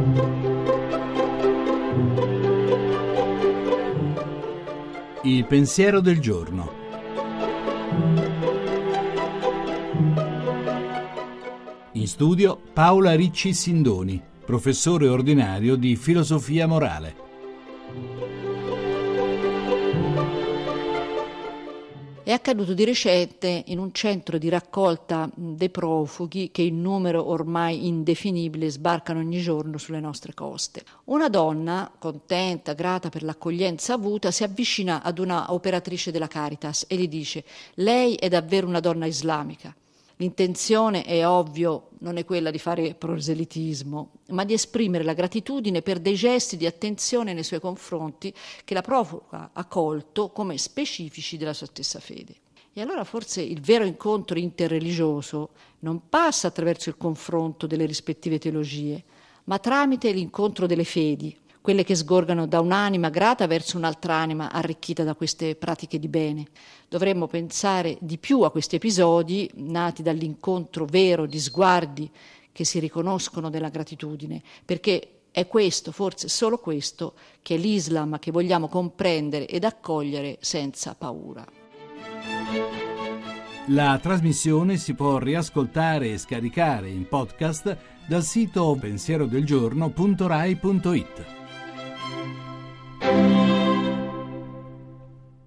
Il pensiero del giorno. In studio Paola Ricci Sindoni, professore ordinario di filosofia morale. È accaduto di recente in un centro di raccolta dei profughi che in numero ormai indefinibile sbarcano ogni giorno sulle nostre coste. Una donna, contenta, grata per l'accoglienza avuta, si avvicina ad una operatrice della Caritas e gli dice: «Lei è davvero una donna islamica». L'intenzione, è ovvio, non è quella di fare proselitismo, ma di esprimere la gratitudine per dei gesti di attenzione nei suoi confronti che la profuga ha colto come specifici della sua stessa fede. E allora forse il vero incontro interreligioso non passa attraverso il confronto delle rispettive teologie, ma tramite l'incontro delle fedi, quelle che sgorgano da un'anima grata verso un'altra anima arricchita da queste pratiche di bene. Dovremmo pensare di più a questi episodi nati dall'incontro vero di sguardi che si riconoscono della gratitudine, perché è questo, forse solo questo, che è l'Islam che vogliamo comprendere ed accogliere senza paura. La trasmissione si può riascoltare e scaricare in podcast dal sito pensierodelgiorno.rai.it.